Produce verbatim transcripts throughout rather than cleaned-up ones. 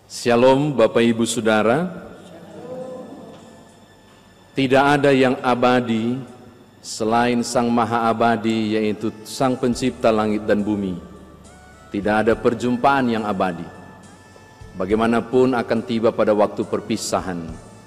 Shalom Bapak Ibu Saudara. Tidak ada yang abadi selain Sang Maha Abadi, yaitu Sang Pencipta langit dan bumi. Tidak ada perjumpaan yang abadi. Bagaimanapun akan tiba pada waktu perpisahan.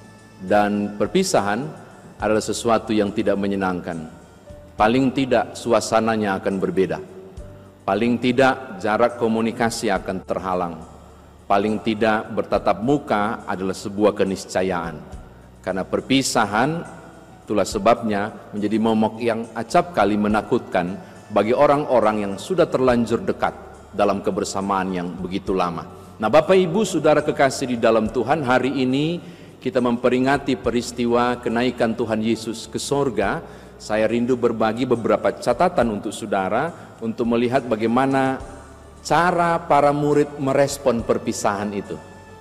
Dan perpisahan adalah sesuatu yang tidak menyenangkan. Paling tidak suasananya akan berbeda. Paling tidak jarak komunikasi akan terhalang. Paling tidak bertatap muka adalah sebuah keniscayaan. Karena perpisahan itulah sebabnya menjadi momok yang acap kali menakutkan bagi orang-orang yang sudah terlanjur dekat dalam kebersamaan yang begitu lama. Nah, Bapak Ibu Saudara kekasih di dalam Tuhan, hari ini kita memperingati peristiwa kenaikan Tuhan Yesus ke sorga. Saya rindu berbagi beberapa catatan untuk saudara untuk melihat bagaimana cara para murid merespon perpisahan itu.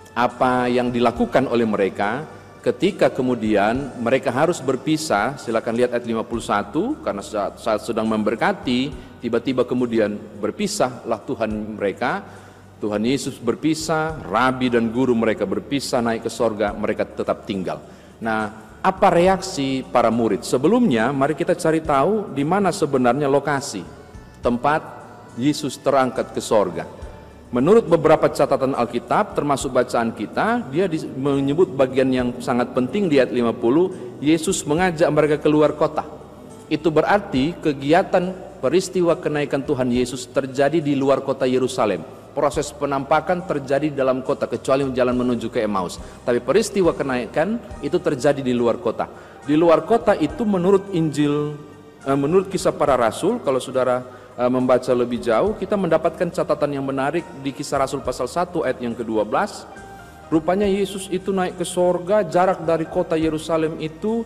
Apa yang dilakukan oleh mereka ketika kemudian mereka harus berpisah. Silakan lihat ayat lima puluh satu, karena saat, saat sedang memberkati, tiba-tiba kemudian berpisahlah Tuhan mereka. Tuhan Yesus berpisah, Rabi dan guru mereka berpisah naik ke sorga, mereka tetap tinggal. Nah, apa reaksi para murid? Sebelumnya, mari kita cari tahu di mana sebenarnya lokasi tempat Yesus terangkat ke sorga. Menurut beberapa catatan Alkitab, termasuk bacaan kita, dia menyebut bagian yang sangat penting di ayat lima puluh, Yesus mengajak mereka keluar kota. Itu berarti kegiatan peristiwa kenaikan Tuhan Yesus terjadi di luar kota Yerusalem. Proses penampakan terjadi dalam kota, kecuali jalan menuju ke Emmaus. Tapi peristiwa kenaikan itu terjadi di luar kota. Di luar kota itu menurut Injil, menurut Kisah Para Rasul, kalau saudara membaca lebih jauh, kita mendapatkan catatan yang menarik di Kisah Rasul pasal satu ayat yang kedua belas. Rupanya Yesus itu naik ke sorga, jarak dari kota Yerusalem itu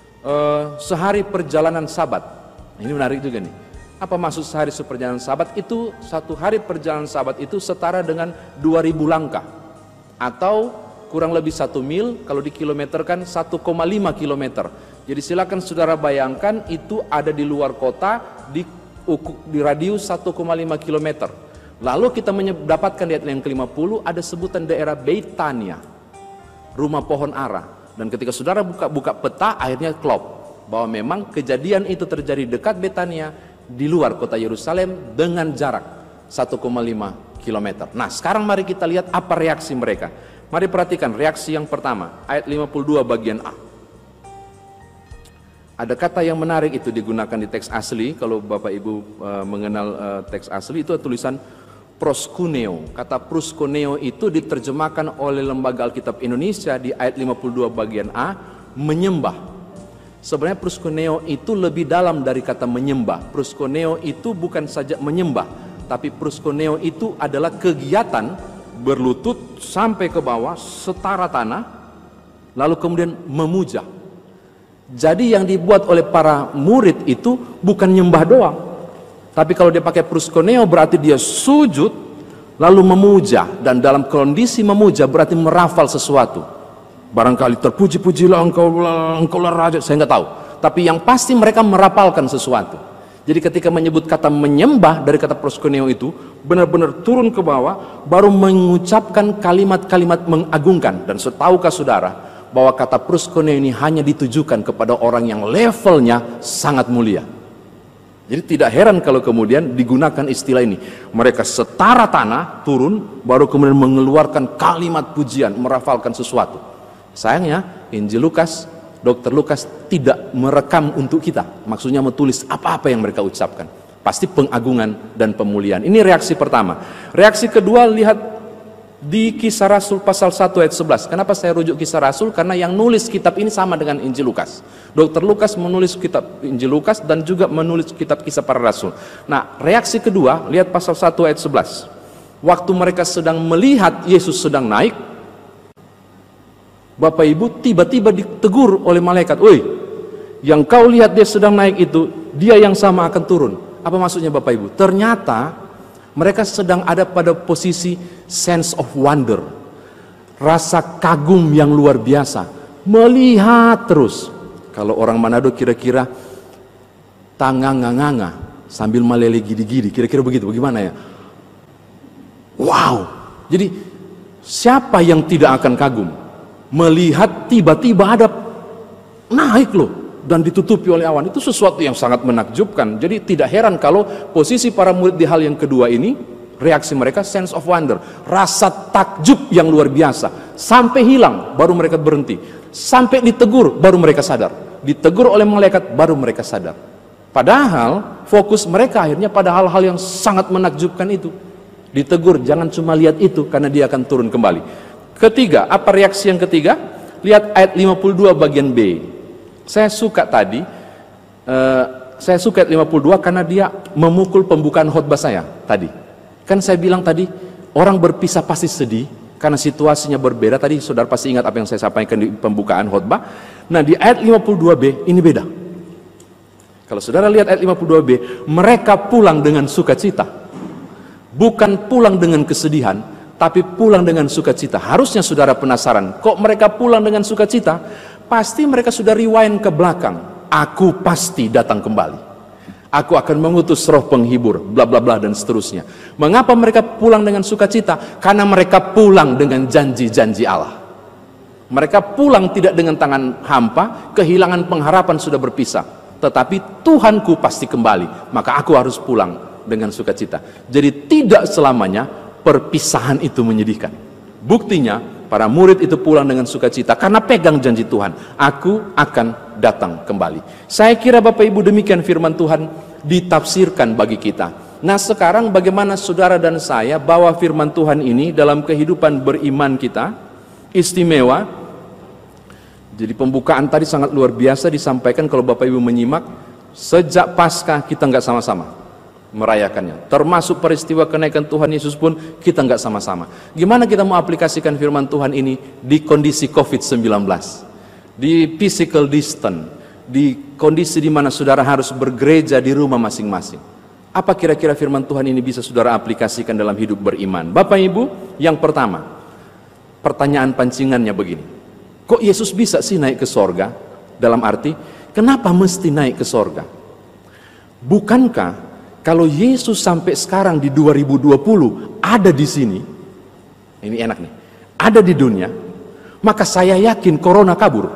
uh, sehari perjalanan Sabat. Ini menarik juga nih. Apa maksud sehari perjalanan Sabat? Itu satu hari perjalanan Sabat itu setara dengan dua ribu langkah, atau kurang lebih satu mil, kalau dikilometerkan satu koma lima kilometer. Jadi silakan saudara bayangkan itu ada di luar kota, di di radius satu koma lima kilometer. Lalu kita mendapatkan di ayat yang ke lima puluh ada sebutan daerah Betania, rumah pohon ara. Dan ketika saudara buka-buka peta, akhirnya klop bahwa memang kejadian itu terjadi dekat Betania di luar kota Yerusalem dengan jarak satu koma lima kilometer. Nah, sekarang mari kita lihat apa reaksi mereka. Mari perhatikan reaksi yang pertama, ayat lima puluh dua bagian A. Ada kata yang menarik itu digunakan di teks asli. Kalau Bapak Ibu uh, mengenal uh, teks asli, itu tulisan proskuneo. Kata proskuneo itu diterjemahkan oleh Lembaga Alkitab Indonesia di ayat lima puluh dua bagian A, menyembah. Sebenarnya proskuneo itu lebih dalam dari kata menyembah. Proskuneo itu bukan saja menyembah, tapi proskuneo itu adalah kegiatan berlutut sampai ke bawah setara tanah, lalu kemudian memuja. Jadi yang dibuat oleh para murid itu bukan nyembah doang, tapi kalau dia pakai proskuneo berarti dia sujud lalu memuja, dan dalam kondisi memuja berarti merafal sesuatu. Barangkali terpuji-pujilah engkau, engkaulah raja, saya nggak tahu. Tapi yang pasti mereka merapalkan sesuatu. Jadi ketika menyebut kata menyembah dari kata proskuneo itu benar-benar turun ke bawah, baru mengucapkan kalimat-kalimat mengagungkan. Dan setahukah saudara bahwa kata proskuneo ini hanya ditujukan kepada orang yang levelnya sangat mulia. Jadi tidak heran kalau kemudian digunakan istilah ini. Mereka setara tanah turun, baru kemudian mengeluarkan kalimat pujian, merafalkan sesuatu. Sayangnya Injil Lukas, Dokter Lukas tidak merekam untuk kita. Maksudnya menulis apa-apa yang mereka ucapkan. Pasti pengagungan dan pemuliaan. Ini reaksi pertama. Reaksi kedua, lihat di Kisah Rasul pasal satu ayat sebelas. Kenapa saya rujuk Kisah Rasul? Karena yang nulis kitab ini sama dengan Injil Lukas. Dokter Lukas menulis kitab Injil Lukas dan juga menulis kitab Kisah Para Rasul. Nah, reaksi kedua, lihat pasal satu ayat sebelas. Waktu mereka sedang melihat Yesus sedang naik, Bapak Ibu tiba-tiba ditegur oleh malaikat, "Woi, yang kau lihat dia sedang naik itu, dia yang sama akan turun." Apa maksudnya Bapak Ibu? Ternyata mereka sedang ada pada posisi sense of wonder, rasa kagum yang luar biasa, melihat terus. Kalau orang Manado kira-kira tanganga-nganga sambil meleleh gidi-gidi, kira-kira begitu, bagaimana ya? Wow, jadi Siapa yang tidak akan kagum melihat tiba-tiba ada naik loh dan ditutupi oleh awan? Itu sesuatu yang sangat menakjubkan. Jadi tidak heran kalau posisi para murid di hal yang kedua ini, reaksi mereka sense of wonder, rasa takjub yang luar biasa, sampai hilang baru mereka berhenti, sampai ditegur baru mereka sadar, ditegur oleh malaikat baru mereka sadar. Padahal fokus mereka akhirnya pada hal-hal yang sangat menakjubkan itu. Ditegur, jangan cuma lihat itu karena dia akan turun kembali. Ketiga, apa reaksi yang ketiga? Lihat ayat lima puluh dua bagian B. Saya suka tadi, uh, saya suka ayat lima puluh dua karena dia memukul pembukaan khotbah saya tadi. Kan saya bilang tadi, orang berpisah pasti sedih karena situasinya berbeda. Tadi saudara pasti ingat apa yang saya sampaikan di pembukaan khotbah. Nah, di ayat lima puluh dua B ini beda. Kalau saudara lihat ayat lima puluh dua B, mereka pulang dengan sukacita. Bukan pulang dengan kesedihan, tapi pulang dengan sukacita. Harusnya saudara penasaran, kok mereka pulang dengan sukacita? Pasti mereka sudah rewind ke belakang. Aku pasti datang kembali. Aku akan mengutus roh penghibur, bla bla bla dan seterusnya. Mengapa mereka pulang dengan sukacita? Karena mereka pulang dengan janji-janji Allah. Mereka pulang tidak dengan tangan hampa, kehilangan pengharapan sudah berpisah. Tetapi Tuhanku pasti kembali, maka aku harus pulang dengan sukacita. Jadi tidak selamanya perpisahan itu menyedihkan. Buktinya para murid itu pulang dengan sukacita karena pegang janji Tuhan, aku akan datang kembali. Saya kira Bapak Ibu demikian firman Tuhan ditafsirkan bagi kita. Nah, sekarang bagaimana saudara dan saya bawa firman Tuhan ini dalam kehidupan beriman kita? Istimewa. Jadi pembukaan tadi sangat luar biasa disampaikan. Kalau Bapak Ibu menyimak, sejak Paskah kita nggak sama-sama merayakannya, termasuk peristiwa kenaikan Tuhan Yesus pun kita nggak sama-sama. Gimana kita mau aplikasikan firman Tuhan ini di kondisi covid sembilan belas, di physical distance, di kondisi di mana saudara harus bergereja di rumah masing-masing? Apa kira-kira firman Tuhan ini bisa saudara aplikasikan dalam hidup beriman? Bapak Ibu, yang pertama, pertanyaan pancingannya begini, kok Yesus bisa sih naik ke sorga? Dalam arti, kenapa mesti naik ke sorga? Bukankah kalau Yesus sampai sekarang di dua ribu dua puluh ada di sini, ini enak nih, ada di dunia, maka saya yakin corona kabur.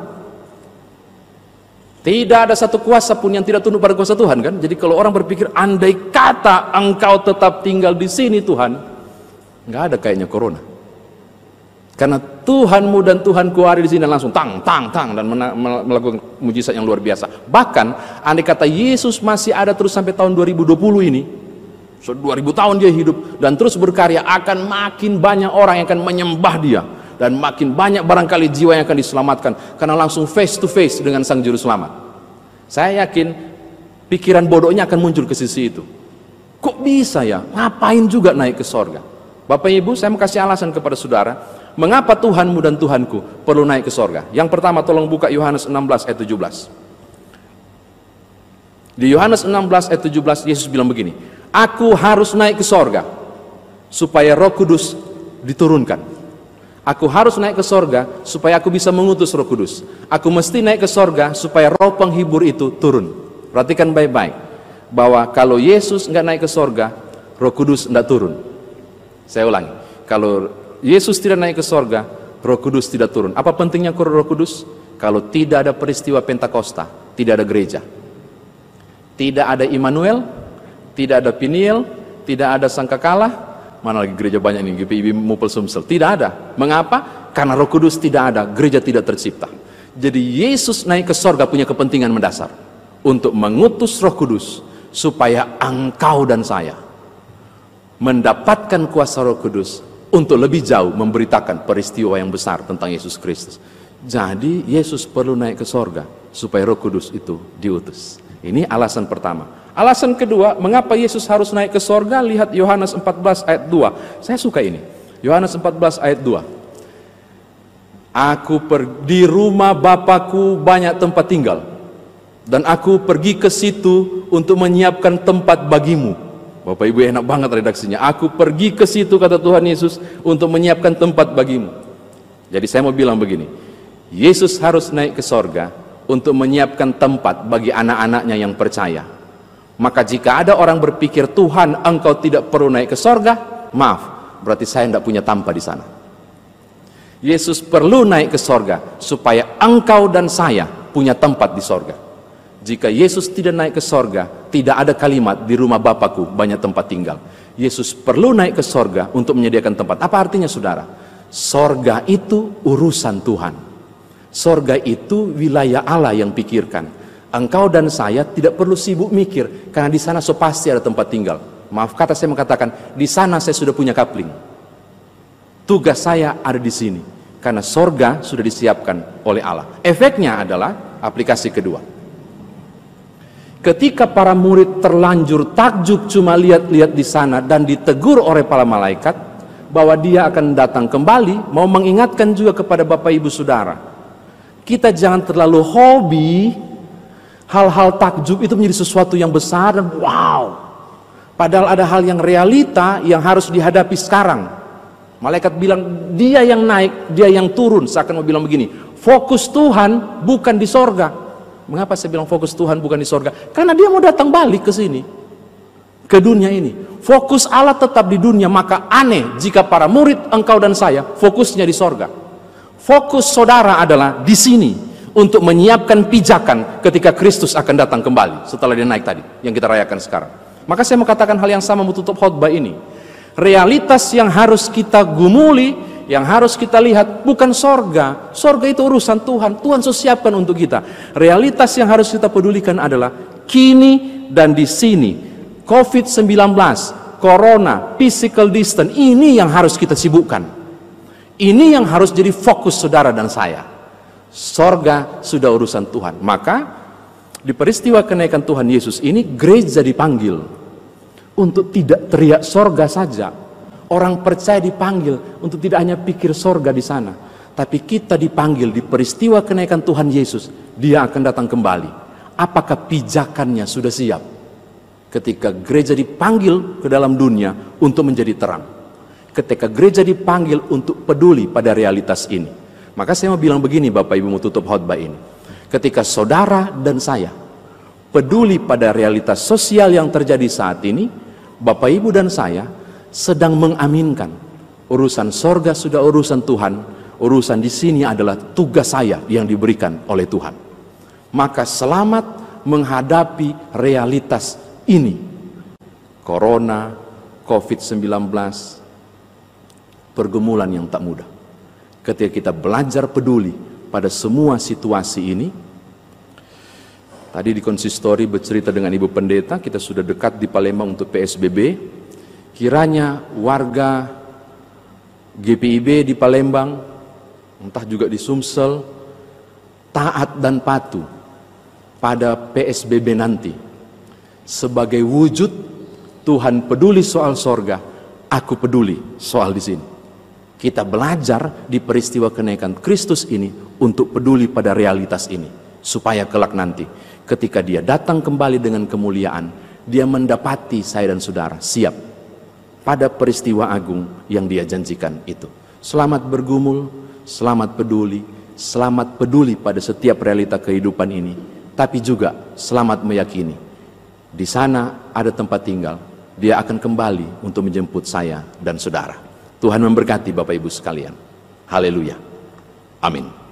Tidak ada satu kuasa pun yang tidak tunduk pada kuasa Tuhan, kan? Jadi kalau orang berpikir andai kata engkau tetap tinggal di sini Tuhan, nggak ada kayaknya corona. Karena Tuhanmu dan Tuhanku ada di sini dan langsung tang tang tang dan melakukan mujizat yang luar biasa. Bahkan andai kata Yesus masih ada terus sampai tahun dua ribu dua puluh ini, so dua ribu tahun dia hidup dan terus berkarya, akan makin banyak orang yang akan menyembah dia dan makin banyak barangkali jiwa yang akan diselamatkan karena langsung face to face dengan Sang Juru Selamat. Saya yakin pikiran bodohnya akan muncul ke sisi itu. Kok bisa ya? Ngapain juga naik ke sorga? Bapak Ibu, saya mau kasih alasan kepada saudara, mengapa Tuhanmu dan Tuhanku perlu naik ke sorga. Yang pertama, tolong buka Yohanes enam belas ayat tujuh belas. Di Yohanes enam belas ayat tujuh belas, Yesus bilang begini, aku harus naik ke sorga supaya Roh Kudus diturunkan. Aku harus naik ke sorga supaya aku bisa mengutus Roh Kudus. Aku mesti naik ke sorga supaya Roh Penghibur itu turun. Perhatikan baik-baik, bahwa kalau Yesus nggak naik ke sorga, Roh Kudus nggak turun. Saya ulangi, kalau Yesus tidak naik ke sorga, Roh Kudus tidak turun. Apa pentingnya Roh Kudus? Kalau tidak ada peristiwa Pentakosta, tidak ada gereja. Tidak ada Immanuel, tidak ada Peniel, tidak ada Sangkakala. Mana lagi gereja banyak nih, G P I B Mupel Sumsel. Tidak ada. Mengapa? Karena Roh Kudus tidak ada, gereja tidak tercipta. Jadi Yesus naik ke sorga punya kepentingan mendasar untuk mengutus Roh Kudus supaya engkau dan saya mendapatkan kuasa Roh Kudus untuk lebih jauh memberitakan peristiwa yang besar tentang Yesus Kristus. Jadi Yesus perlu naik ke sorga supaya Roh Kudus itu diutus. Ini alasan pertama. Alasan kedua, mengapa Yesus harus naik ke sorga? Lihat Yohanes empat belas ayat dua. Saya suka ini. Yohanes empat belas ayat dua. Aku pergi di rumah Bapakku banyak tempat tinggal, dan aku pergi ke situ untuk menyiapkan tempat bagimu. Bapak Ibu, enak banget redaksinya. Aku pergi ke situ, kata Tuhan Yesus, untuk menyiapkan tempat bagimu. Jadi saya mau bilang begini, Yesus harus naik ke sorga untuk menyiapkan tempat bagi anak-anaknya yang percaya. Maka jika ada orang berpikir, Tuhan engkau tidak perlu naik ke sorga, maaf, berarti saya tidak punya tampa di sana. Yesus perlu naik ke sorga supaya engkau dan saya punya tempat di sorga. Jika Yesus tidak naik ke sorga, tidak ada kalimat di rumah Bapakku banyak tempat tinggal. Yesus perlu naik ke sorga untuk menyediakan tempat. Apa artinya saudara? Sorga itu urusan Tuhan. Sorga itu wilayah Allah yang pikirkan. Engkau dan saya tidak perlu sibuk mikir, karena di sana so pasti ada tempat tinggal. Maaf kata saya mengatakan, di sana saya sudah punya kapling. Tugas saya ada di sini, karena sorga sudah disiapkan oleh Allah. Efeknya adalah aplikasi kedua. Ketika para murid terlanjur takjub cuma lihat-lihat di sana dan ditegur oleh para malaikat bahwa dia akan datang kembali, mau mengingatkan juga kepada Bapak Ibu Saudara, kita jangan terlalu hobi hal-hal takjub itu menjadi sesuatu yang besar dan wow. Padahal ada hal yang realita yang harus dihadapi sekarang. Malaikat bilang dia yang naik, dia yang turun. Seakan mau bilang begini, fokus Tuhan bukan di sorga. Mengapa saya bilang fokus Tuhan bukan di sorga? Karena dia mau datang balik ke sini, ke dunia ini. Fokus Allah tetap di dunia. Maka aneh jika para murid engkau dan saya fokusnya di sorga. Fokus saudara adalah di sini untuk menyiapkan pijakan ketika Kristus akan datang kembali setelah dia naik tadi yang kita rayakan sekarang. Maka saya mau katakan hal yang sama menutup khotbah ini. Realitas yang harus kita gumuli, yang harus kita lihat bukan sorga. Sorga itu urusan Tuhan. Tuhan sudah siapkan untuk kita. Realitas yang harus kita pedulikan adalah kini dan di sini. covid sembilan belas, Corona, physical distance, ini yang harus kita sibukkan. Ini yang harus jadi fokus saudara dan saya. Sorga sudah urusan Tuhan. Maka di peristiwa kenaikan Tuhan Yesus ini, gereja dipanggil untuk tidak teriak sorga saja. Orang percaya dipanggil untuk tidak hanya pikir sorga di sana, tapi kita dipanggil di peristiwa kenaikan Tuhan Yesus. Dia akan datang kembali. Apakah pijakannya sudah siap? Ketika gereja dipanggil ke dalam dunia untuk menjadi terang. Ketika gereja dipanggil untuk peduli pada realitas ini. Maka saya mau bilang begini Bapak Ibu, mau tutup khotbah ini. Ketika saudara dan saya peduli pada realitas sosial yang terjadi saat ini, Bapak Ibu dan saya sedang mengaminkan urusan sorga sudah urusan Tuhan, urusan di sini adalah tugas saya yang diberikan oleh Tuhan. Maka selamat menghadapi realitas ini. Corona, covid sembilan belas, pergumulan yang tak mudah. Ketika kita belajar peduli pada semua situasi ini. Tadi di konsistori bercerita dengan Ibu Pendeta, kita sudah dekat di Palembang untuk P S B B. Kiranya warga G P I B di Palembang, entah juga di Sumsel, taat dan patuh pada P S B B nanti. Sebagai wujud Tuhan peduli soal sorga, aku peduli soal di sini. Kita belajar di peristiwa kenaikan Kristus ini untuk peduli pada realitas ini, supaya kelak nanti ketika dia datang kembali dengan kemuliaan, dia mendapati saya dan saudara siap pada peristiwa agung yang dia janjikan itu. Selamat bergumul, selamat peduli, selamat peduli pada setiap realita kehidupan ini, tapi juga selamat meyakini di sana ada tempat tinggal. Dia akan kembali untuk menjemput saya dan saudara. Tuhan memberkati Bapak Ibu sekalian. Haleluya. Amin.